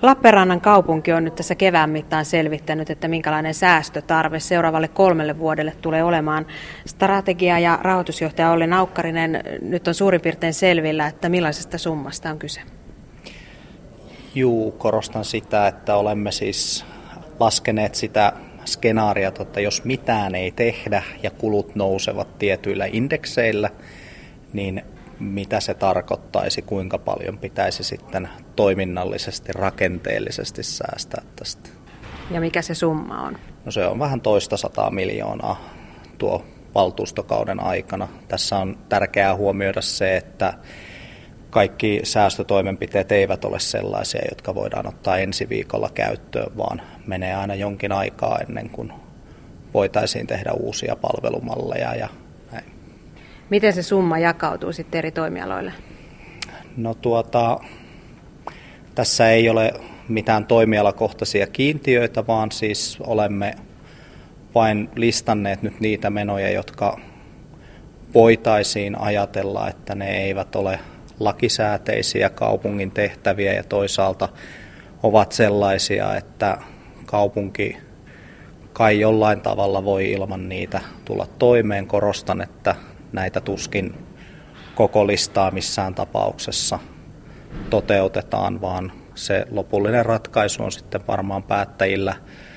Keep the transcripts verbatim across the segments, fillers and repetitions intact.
Lappeenrannan kaupunki on nyt tässä kevään mittaan selvittänyt, että minkälainen säästötarve seuraavalle kolmelle vuodelle tulee olemaan. Strategia- ja rahoitusjohtaja Olli Naukkarinen, nyt on suurin piirtein selvillä, että millaisesta summasta on kyse? Juu, korostan sitä, että olemme siis laskeneet sitä skenaariota, että jos mitään ei tehdä ja kulut nousevat tietyillä indekseillä, niin mitä se tarkoittaisi, kuinka paljon pitäisi sitten toiminnallisesti, rakenteellisesti säästää tästä. Ja mikä se summa on? No se on vähän toista sataa miljoonaa tuo valtuustokauden aikana. Tässä on tärkeää huomioida se, että kaikki säästötoimenpiteet eivät ole sellaisia, jotka voidaan ottaa ensi viikolla käyttöön, vaan menee aina jonkin aikaa ennen kuin voitaisiin tehdä uusia palvelumalleja ja näin. Miten se summa jakautuu sitten eri toimialoille? No tuota, tässä ei ole mitään toimialakohtaisia kiintiöitä, vaan siis olemme vain listanneet nyt niitä menoja, jotka voitaisiin ajatella, että ne eivät ole lakisääteisiä kaupungin tehtäviä ja toisaalta ovat sellaisia, että kaupunki kai jollain tavalla voi ilman niitä tulla toimeen. Korostan, että näitä tuskin koko listaa missään tapauksessa toteutetaan, vaan se lopullinen ratkaisu on sitten varmaan päättäjillä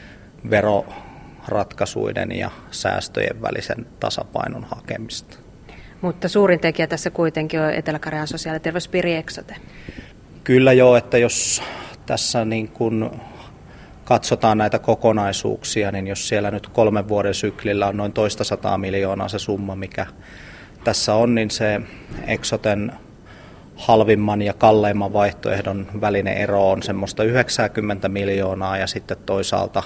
veroratkaisuiden ja säästöjen välisen tasapainon hakemista. Mutta suurin tekijä tässä kuitenkin on Etelä-Karjalan sosiaali- ja terveyspiiri Eksote. Kyllä joo, että jos tässä niin kuin katsotaan näitä kokonaisuuksia, niin jos siellä nyt kolmen vuoden syklillä on noin toista sataa miljoonaa se summa, mikä tässä on, niin se Eksoten halvimman ja kalleimman vaihtoehdon välinen ero on semmoista yhdeksänkymmentä miljoonaa ja sitten toisaalta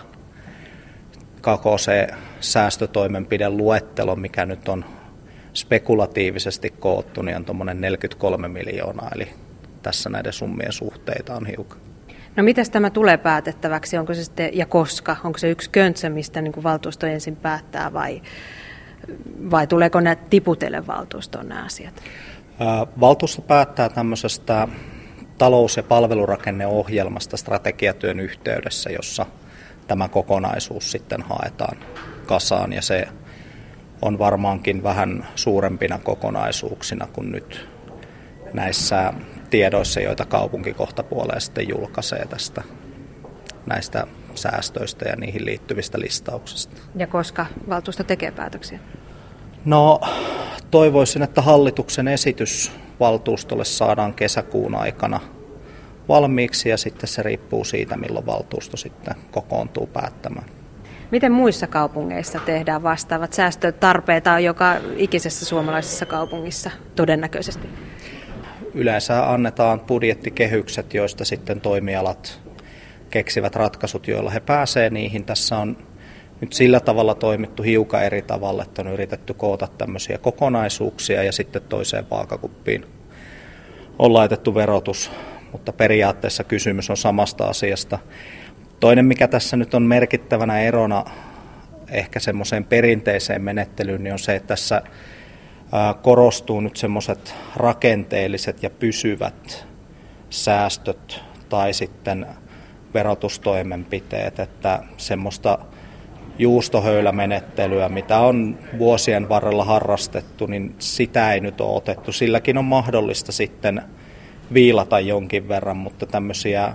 koko se säästötoimenpideluettelo, mikä nyt on spekulatiivisesti koottu, niin on tuommoinen neljäkymmentäkolme miljoonaa, eli tässä näiden summien suhteita on hiukan. No mitäs tämä tulee päätettäväksi, onko se sitten, ja koska, onko se yksi köntsä, mistä niin kuin valtuusto ensin päättää vai, vai tuleeko ne tiputelle valtuustoon nämä asiat? Valtuusto päättää tämmöisestä talous- ja palvelurakenneohjelmasta strategiatyön yhteydessä, jossa tämä kokonaisuus sitten haetaan kasaan ja se on varmaankin vähän suurempina kokonaisuuksina kuin nyt näissä tiedoissa, joita kaupunki kohta puoleen sitten julkaisee tästä näistä säästöistä ja niihin liittyvistä listauksista. Ja koska valtuusto tekee päätöksiä? No toivoisin, että hallituksen esitys valtuustolle saadaan kesäkuun aikana valmiiksi ja sitten se riippuu siitä, milloin valtuusto sitten kokoontuu päättämään. Miten muissa kaupungeissa tehdään vastaavat säästötarpeita joka ikisessä suomalaisessa kaupungissa todennäköisesti? Yleensä annetaan budjettikehykset, joista sitten toimialat keksivät ratkaisut, joilla he pääsevät niihin. Tässä on nyt sillä tavalla toimittu hiukan eri tavalla, että on yritetty koota tämmöisiä kokonaisuuksia ja sitten toiseen vaakakuppiin on laitettu verotus, mutta periaatteessa kysymys on samasta asiasta. Toinen, mikä tässä nyt on merkittävänä erona ehkä semmoiseen perinteiseen menettelyyn, niin on se, että tässä korostuu nyt semmoiset rakenteelliset ja pysyvät säästöt tai sitten verotustoimenpiteet, että semmoista juustohöylämenettelyä, mitä on vuosien varrella harrastettu, niin sitä ei nyt ole otettu. Silläkin on mahdollista sitten viilata jonkin verran, mutta tämmöisiä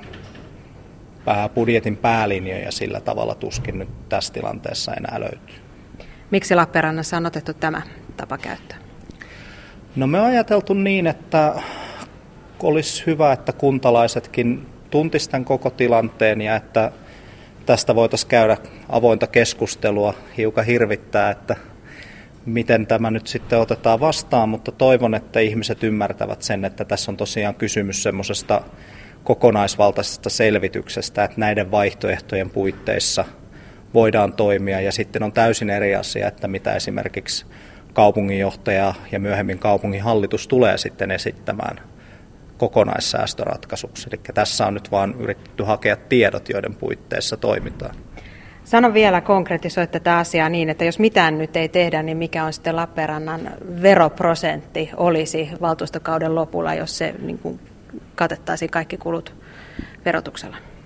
budjetin päälinjoja sillä tavalla tuskin nyt tässä tilanteessa enää löytyy. Miksi Lappeenrannassa on otettu tämä tapa käyttöön? No me on ajateltu niin, että olisi hyvä, että kuntalaisetkin tuntisivat tämän koko tilanteen ja että tästä voitaisiin käydä avointa keskustelua. Hiukan hirvittää, että miten tämä nyt sitten otetaan vastaan, mutta toivon, että ihmiset ymmärtävät sen, että tässä on tosiaan kysymys semmoisesta kokonaisvaltaisesta selvityksestä, että näiden vaihtoehtojen puitteissa voidaan toimia ja sitten on täysin eri asia, että mitä esimerkiksi kaupunginjohtaja ja myöhemmin kaupunginhallitus tulee sitten esittämään kokonaissäästöratkaisuksi. Eli tässä on nyt vaan yritetty hakea tiedot, joiden puitteissa toimitaan. Sano vielä, konkretisoi tätä asiaa niin, että jos mitään nyt ei tehdä, niin mikä on sitten Lappeenrannan veroprosentti olisi valtuustokauden lopulla, jos se niin kuin katettaisiin kaikki kulut verotuksella?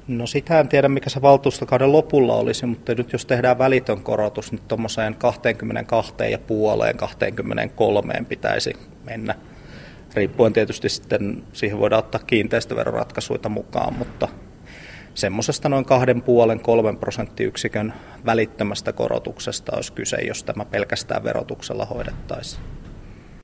No sitä en tiedä, mikä se valtuustokauden lopulla olisi, mutta nyt jos tehdään välitön korotus, niin tuommoiseen kaksikymmentäkaksi pilkku viisi kaksikymmentäkolme pitäisi mennä. Riippuen tietysti sitten, siihen voidaan ottaa kiinteistöveroratkaisuita mukaan, mutta semmoisesta noin kaksi pilkku viisi kolme prosenttiyksikön välittömästä korotuksesta olisi kyse, jos tämä pelkästään verotuksella hoidettaisiin.